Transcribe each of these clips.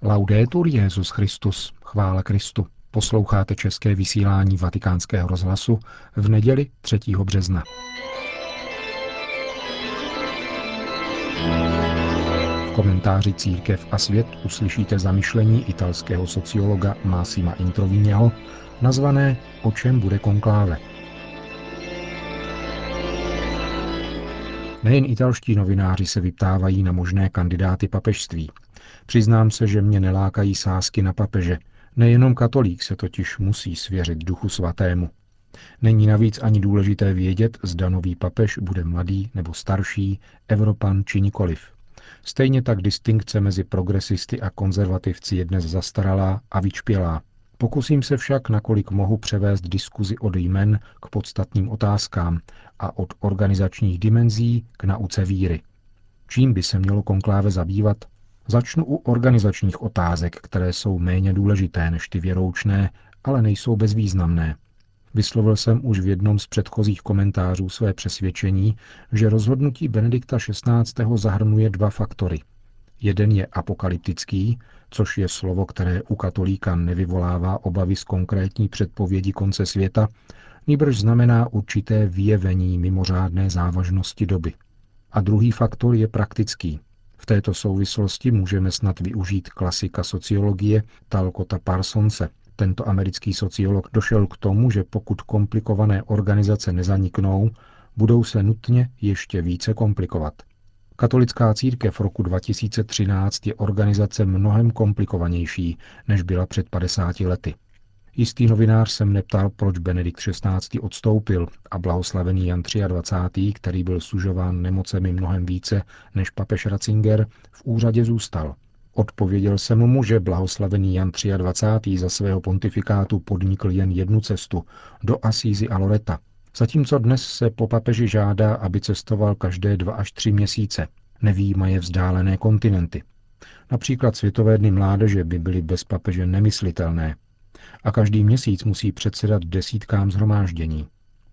Laudetur Jesus Christus, chvála Kristu. Posloucháte české vysílání Vatikánského rozhlasu v neděli 3. března. V komentáři Církev a svět uslyšíte zamyšlení italského sociologa Massima Introviněho, nazvané O čem bude konkláve. Nejen italští novináři se vyptávají na možné kandidáty papežství. Přiznám se, že mě nelákají sázky na papeže. Nejenom katolík se totiž musí svěřit Duchu Svatému. Není navíc ani důležité vědět, zda nový papež bude mladý nebo starší, Evropan či nikoliv. Stejně tak distinkce mezi progresisty a konzervativci je dnes zastaralá a vyčpělá. Pokusím se však, nakolik mohu, převést diskuzi od jmen k podstatným otázkám a od organizačních dimenzí k nauce víry. Čím by se mělo konkláve zabývat? Začnu u organizačních otázek, které jsou méně důležité než ty věroučné, ale nejsou bezvýznamné. Vyslovil jsem už v jednom z předchozích komentářů své přesvědčení, že rozhodnutí Benedikta XVI. Zahrnuje dva faktory. Jeden je apokalyptický, což je slovo, které u katolíka nevyvolává obavy z konkrétní předpovědi konce světa, nýbrž znamená určité vyjevení mimořádné závažnosti doby. A druhý faktor je praktický. V této souvislosti můžeme snad využít klasika sociologie Talcota Parsonse. Tento americký sociolog došel k tomu, že pokud komplikované organizace nezaniknou, budou se nutně ještě více komplikovat. Katolická církev roku 2013 je organizace mnohem komplikovanější, než byla před 50 lety. Jistý novinář se mne ptal, proč Benedikt XVI. Odstoupil a blahoslavený Jan 23., který byl sužován nemocemi mnohem více než papež Ratzinger, v úřadě zůstal. Odpověděl jsem mu, že blahoslavený Jan 23. za svého pontifikátu podnikl jen jednu cestu, do Asízy a Loreta, zatímco dnes se po papeži žádá, aby cestoval každé 2 až 3 měsíce, nevyjímaje vzdálené kontinenty. Například Světové dny mládeže by byly bez papeže nemyslitelné a každý měsíc musí předsedat desítkám shromáždění.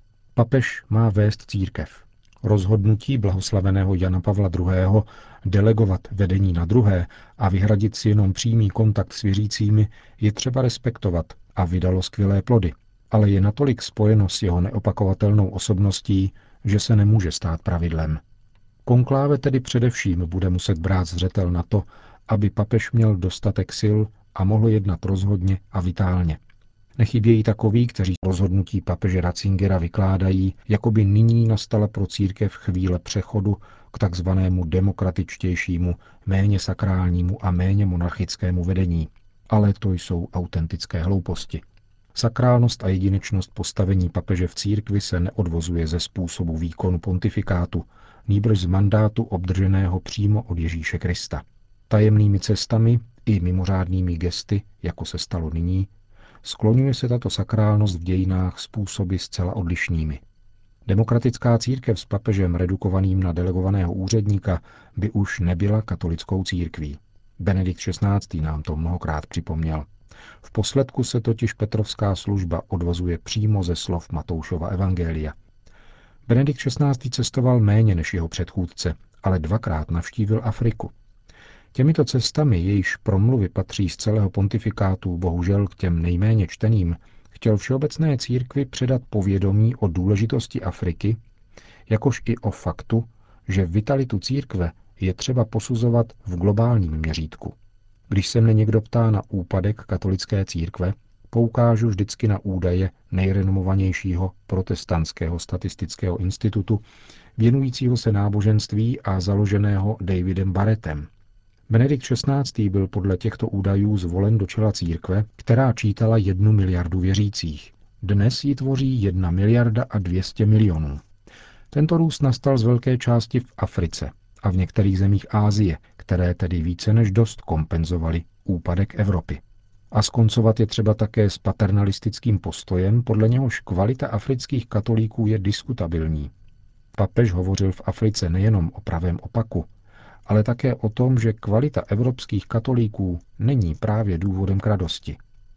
Papež má vést církev. Rozhodnutí blahoslaveného Jana Pavla II. Delegovat vedení na druhé a vyhradit si jenom přímý kontakt s věřícími je třeba respektovat a vydalo skvělé plody, ale je natolik spojeno s jeho neopakovatelnou osobností, že se nemůže stát pravidlem. Konkláve tedy především bude muset brát zřetel na to, aby papež měl dostatek sil a mohl jednat rozhodně a vitálně. Nechybějí takoví, kteří rozhodnutí papeže Ratzingera vykládají, jako by nyní nastala pro církev chvíle přechodu k takzvanému demokratičtějšímu, méně sakrálnímu a méně monarchickému vedení. Ale to jsou autentické hlouposti. Sakrálnost a jedinečnost postavení papeže v církvi se neodvozuje ze způsobu výkonu pontifikátu, nýbrž z mandátu obdrženého přímo od Ježíše Krista. Tajemnými cestami i mimořádnými gesty, jako se stalo nyní, skloňuje se tato sakrálnost v dějinách způsoby zcela odlišnými. Demokratická církev s papežem redukovaným na delegovaného úředníka by už nebyla katolickou církví. Benedikt XVI. Nám to mnohokrát připomněl. V posledku se totiž Petrovská služba odvozuje přímo ze slov Matoušova evangelia. Benedikt XVI. Cestoval méně než jeho předchůdce, ale 2krát navštívil Afriku. Těmito cestami, jejichž promluvy patří z celého pontifikátu bohužel k těm nejméně čteným, chtěl všeobecné církvi předat povědomí o důležitosti Afriky, jakož i o faktu, že vitalitu církve je třeba posuzovat v globálním měřítku. Když se mne někdo ptá na úpadek katolické církve, poukážu vždycky na údaje nejrenomovanějšího protestantského statistického institutu, věnujícího se náboženství a založeného Davidem Barrettem. Benedikt XVI. Byl podle těchto údajů zvolen do čela církve, která čítala 1 miliardu věřících. Dnes ji tvoří 1 miliarda a 200 milionů. Tento růst nastal z velké části v Africe a v některých zemích Asie, které tedy více než dost kompenzovaly úpadek Evropy. A skoncovat je třeba také s paternalistickým postojem, podle něhož kvalita afrických katolíků je diskutabilní. Papež hovořil v Africe nejenom o pravém opaku, ale také o tom, že kvalita evropských katolíků není právě důvodem k radosti.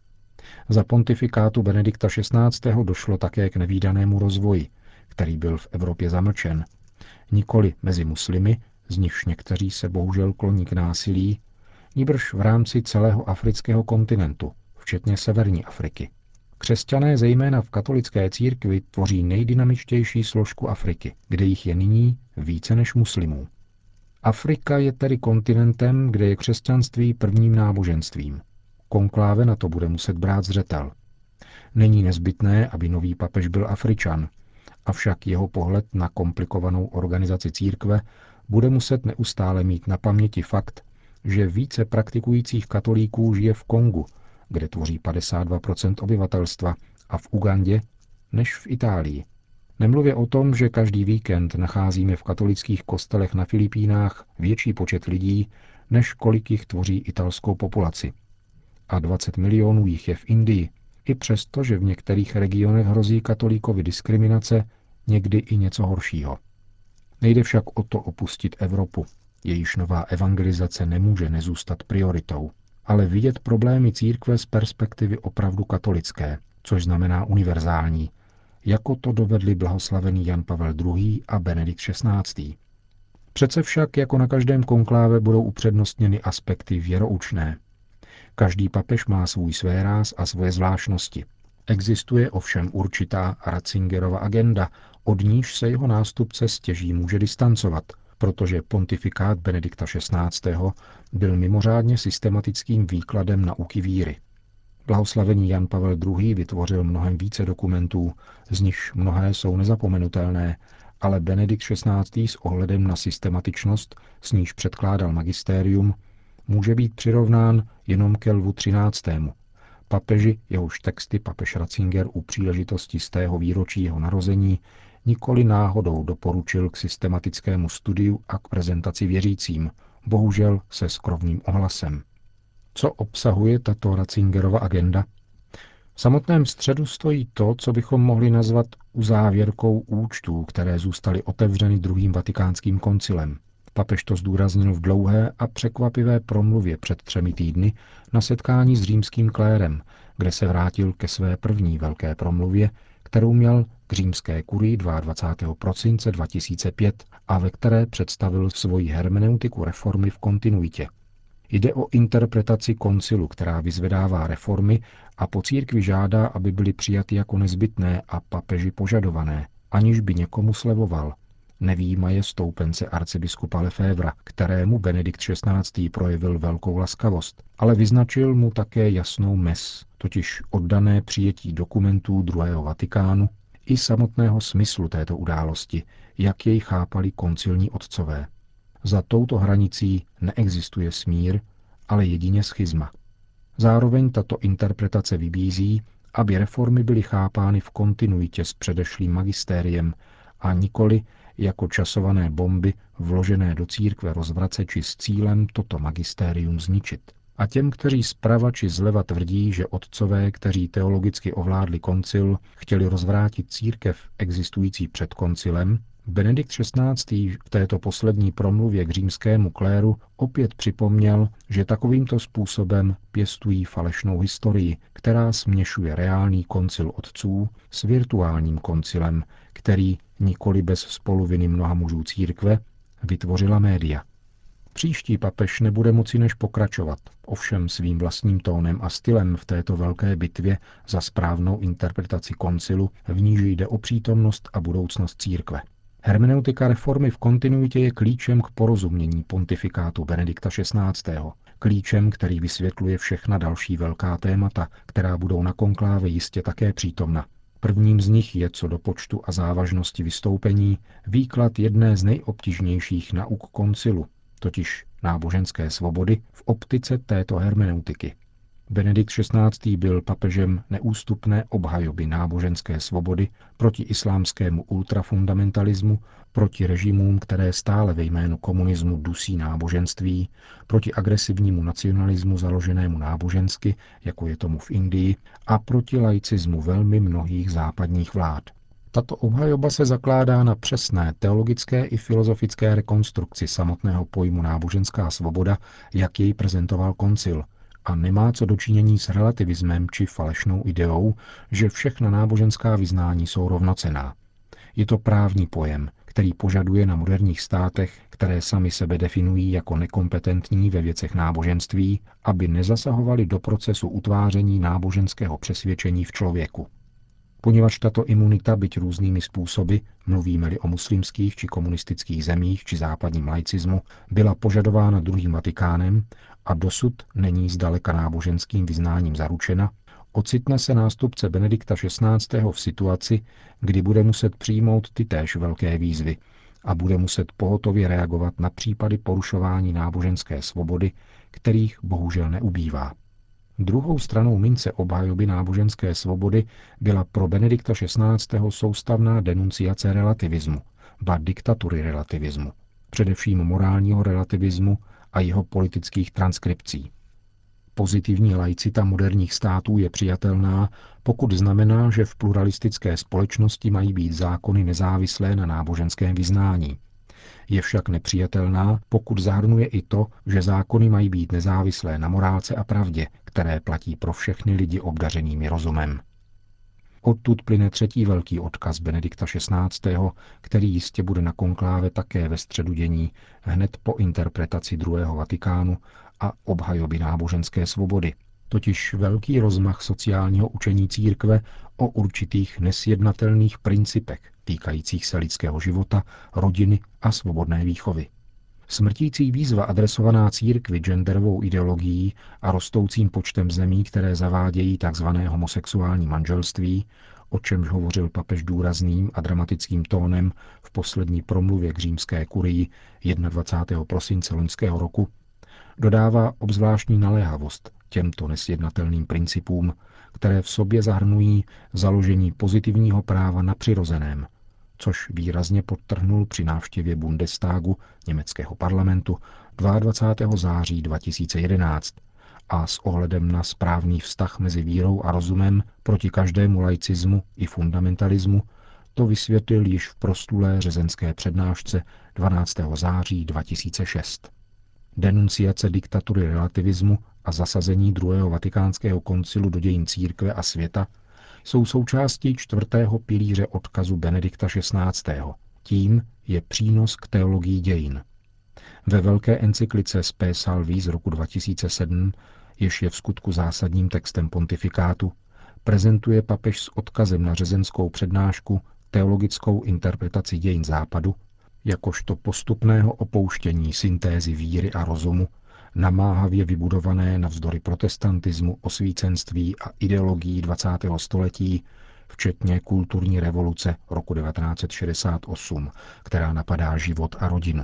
Za pontifikátu Benedikta XVI. Došlo také k nevídanému rozvoji, který byl v Evropě zamlčen. Nikoli mezi muslimy, z nichž někteří se bohužel kloní k násilí, nýbrž v rámci celého afrického kontinentu, včetně severní Afriky. Křesťané zejména v katolické církvi tvoří nejdynamičtější složku Afriky, kde jich je nyní více než muslimů. Afrika je tedy kontinentem, kde je křesťanství prvním náboženstvím. Konkláve na to bude muset brát zřetel. Není nezbytné, aby nový papež byl Afričan, avšak jeho pohled na komplikovanou organizaci církve bude muset neustále mít na paměti fakt, že více praktikujících katolíků žije v Kongu, kde tvoří 52% obyvatelstva, a v Ugandě, než v Itálii. Nemluvě o tom, že každý víkend nacházíme v katolických kostelech na Filipínách větší počet lidí, než kolik jich tvoří italskou populaci. A 20 milionů jich je v Indii, i přesto, že v některých regionech hrozí katolíkovi diskriminace, někdy i něco horšího. Nejde však o to opustit Evropu, jejíž nová evangelizace nemůže nezůstat prioritou, ale vidět problémy církve z perspektivy opravdu katolické, což znamená univerzální, jako to dovedli blahoslavený Jan Pavel II. A Benedikt XVI. Přece však jako na každém konkláve budou upřednostněny aspekty věroučné. Každý papež má svůj svéráz a svoje zvláštnosti. Existuje ovšem určitá Ratzingerova agenda, od níž se jeho nástupce stěží může distancovat, protože pontifikát Benedikta XVI. Byl mimořádně systematickým výkladem nauky víry. Blahoslavený Jan Pavel II. Vytvořil mnohem více dokumentů, z nichž mnohé jsou nezapomenutelné, ale Benedikt XVI. S ohledem na systematičnost, s níž předkládal magistérium, může být přirovnán jenom ke Lvu XIII., papeži, jehož texty papež Ratzinger u příležitosti z tého výročí jeho narození nikoli náhodou doporučil k systematickému studiu a k prezentaci věřícím, bohužel se skromným ohlasem. Co obsahuje tato Ratzingerova agenda? V samotném středu stojí to, co bychom mohli nazvat uzávěrkou účtů, které zůstaly otevřeny druhým vatikánským koncilem. Papež to zdůraznil v dlouhé a překvapivé promluvě před 3 týdny na setkání s římským klérem, kde se vrátil ke své první velké promluvě, kterou měl k římské kurii 22. prosince 2005 a ve které představil svoji hermeneutiku reformy v kontinuitě. Jde o interpretaci koncilu, která vyzvedává reformy a po církvi žádá, aby byly přijaty jako nezbytné a papeži požadované, aniž by někomu slevoval. Nevyjímaje stoupence arcibiskupa Lefevra, kterému Benedikt XVI. Projevil velkou laskavost, ale vyznačil mu také jasnou mez, totiž oddané přijetí dokumentů druhého Vatikánu i samotného smyslu této události, jak jej chápali koncilní otcové. Za touto hranicí neexistuje smír, ale jedině schizma. Zároveň tato interpretace vybízí, aby reformy byly chápány v kontinuitě s předešlým magistériem a nikoli jako časované bomby vložené do církve rozvraceči s cílem toto magistérium zničit. A těm, kteří zprava či zleva tvrdí, že otcové, kteří teologicky ovládli koncil, chtěli rozvrátit církev existující před koncilem, Benedikt XVI. V této poslední promluvě k římskému kléru opět připomněl, že takovýmto způsobem pěstují falešnou historii, která směšuje reálný koncil otců s virtuálním koncilem, který nikoli bez spoluviny mnoha mužů církve vytvořila média. Příští papež nebude moci než pokračovat, ovšem svým vlastním tónem a stylem v této velké bitvě za správnou interpretaci koncilu, v níž jde o přítomnost a budoucnost církve. Hermeneutika reformy v kontinuitě je klíčem k porozumění pontifikátu Benedikta XVI. Klíčem, který vysvětluje všechna další velká témata, která budou na konkláve jistě také přítomna. Prvním z nich je co do počtu a závažnosti vystoupení výklad jedné z nejobtížnějších nauk koncilu, totiž náboženské svobody v optice této hermeneutiky. Benedikt XVI. Byl papežem neústupné obhajoby náboženské svobody proti islámskému ultrafundamentalismu, proti režimům, které stále ve jménu komunismu dusí náboženství, proti agresivnímu nacionalismu založenému nábožensky, jako je tomu v Indii, a proti laicismu velmi mnohých západních vlád. Tato obhajoba se zakládá na přesné teologické i filozofické rekonstrukci samotného pojmu náboženská svoboda, jak jej prezentoval koncil, a nemá co dočinění s relativismem či falešnou ideou, že všechna náboženská vyznání jsou rovnocenná. Je to právní pojem, který požaduje na moderních státech, které sami sebe definují jako nekompetentní ve věcech náboženství, aby nezasahovali do procesu utváření náboženského přesvědčení v člověku. Poněvadž tato imunita, byť různými způsoby, mluvíme-li o muslimských či komunistických zemích či západním laicismu, byla požadována druhým Vatikánem a dosud není zdaleka náboženským vyznáním zaručena, ocitne se nástupce Benedikta XVI. V situaci, kdy bude muset přijmout tytéž velké výzvy a bude muset pohotově reagovat na případy porušování náboženské svobody, kterých bohužel neubývá. Druhou stranou mince obhajoby náboženské svobody byla pro Benedikta XVI. Soustavná denunciace relativismu, ba diktatury relativismu, především morálního relativismu a jeho politických transkripcí. Pozitivní laicita moderních států je přijatelná, pokud znamená, že v pluralistické společnosti mají být zákony nezávislé na náboženském vyznání. Je však nepřijatelná, pokud zahrnuje i to, že zákony mají být nezávislé na morálce a pravdě, které platí pro všechny lidi obdařenými rozumem. Odtud plyne třetí velký odkaz Benedikta XVI., který jistě bude na konkláve také ve středu dění, hned po interpretaci druhého Vatikánu a obhajoby náboženské svobody, totiž velký rozmach sociálního učení církve o určitých nesjednatelných principech týkajících se lidského života, rodiny a svobodné výchovy. Smrtící výzva adresovaná církvi genderovou ideologií a rostoucím počtem zemí, které zavádějí tzv. Homosexuální manželství, o čemž hovořil papež důrazným a dramatickým tónem v poslední promluvě k římské kurii 21. prosince loňského roku, dodává obzvláštní naléhavost těmto nesjednatelným principům, které v sobě zahrnují založení pozitivního práva na přirozeném, což výrazně podtrhnul při návštěvě Bundestagu, německého parlamentu, 22. září 2011 a s ohledem na správný vztah mezi vírou a rozumem proti každému laicismu i fundamentalismu to vysvětlil již v proslulé řezenské přednášce 12. září 2006. Denunciace diktatury relativismu a zasazení druhého vatikánského koncilu do dějin církve a světa jsou součástí čtvrtého pilíře odkazu Benedikta XVI. Tím je přínos k teologii dějin. Ve velké encyklice Spe Salvi z roku 2007, jež je v skutku zásadním textem pontifikátu, prezentuje papež s odkazem na řezenskou přednášku teologickou interpretaci dějin západu, jakožto postupného opouštění syntézy víry a rozumu, namáhavě vybudované navzdory protestantismu, osvícenství a ideologií 20. století, včetně kulturní revoluce roku 1968, která napadá život a rodinu.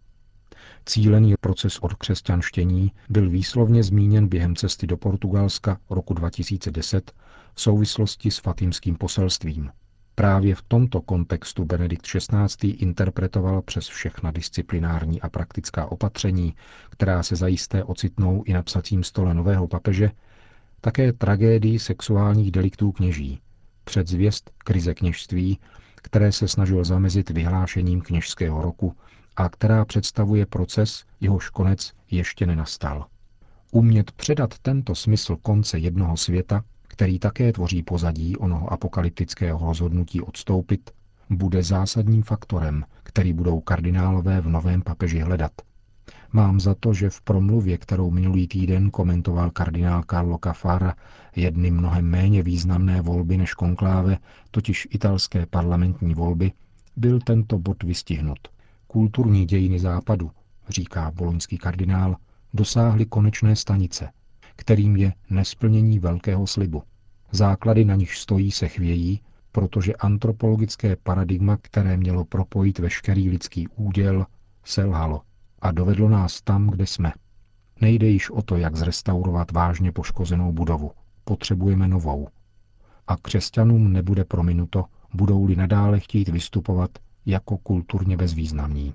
Cílený proces odkřesťanštění byl výslovně zmíněn během cesty do Portugalska roku 2010 v souvislosti s Fatimským poselstvím. Právě v tomto kontextu Benedikt XVI. Interpretoval přes všechna disciplinární a praktická opatření, která se zajisté ocitnou i na psacím stole nového papeže, také tragédii sexuálních deliktů kněží, předzvěst krize kněžství, které se snažil zamezit vyhlášením kněžského roku a která představuje proces, jehož konec ještě nenastal. Umět předat tento smysl konce jednoho světa, který také tvoří pozadí onoho apokalyptického rozhodnutí odstoupit, bude zásadním faktorem, který budou kardinálové v novém papeži hledat. Mám za to, že v promluvě, kterou minulý týden komentoval kardinál Carlo Caffarra, jedny mnohem méně významné volby než konkláve, totiž italské parlamentní volby, byl tento bod vystihnut. Kulturní dějiny západu, říká boloňský kardinál, dosáhly konečné stanice, kterým je nesplnění velkého slibu. Základy, na nichž stojí, se chvějí, protože antropologické paradigma, které mělo propojit veškerý lidský úděl, selhalo a dovedlo nás tam, kde jsme. Nejde již o to, jak zrestaurovat vážně poškozenou budovu. Potřebujeme novou. A křesťanům nebude prominuto, budou-li nadále chtít vystupovat jako kulturně bezvýznamní.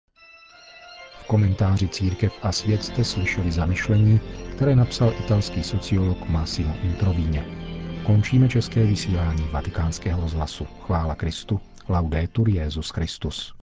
V komentáři Církev a svět jste slyšeli zamyšlení, které napsal italský sociolog Massimo Introvigne. Končíme české vysílání Vatikánského rozhlasu. Chvála Kristu, laudetur Jesus Christus.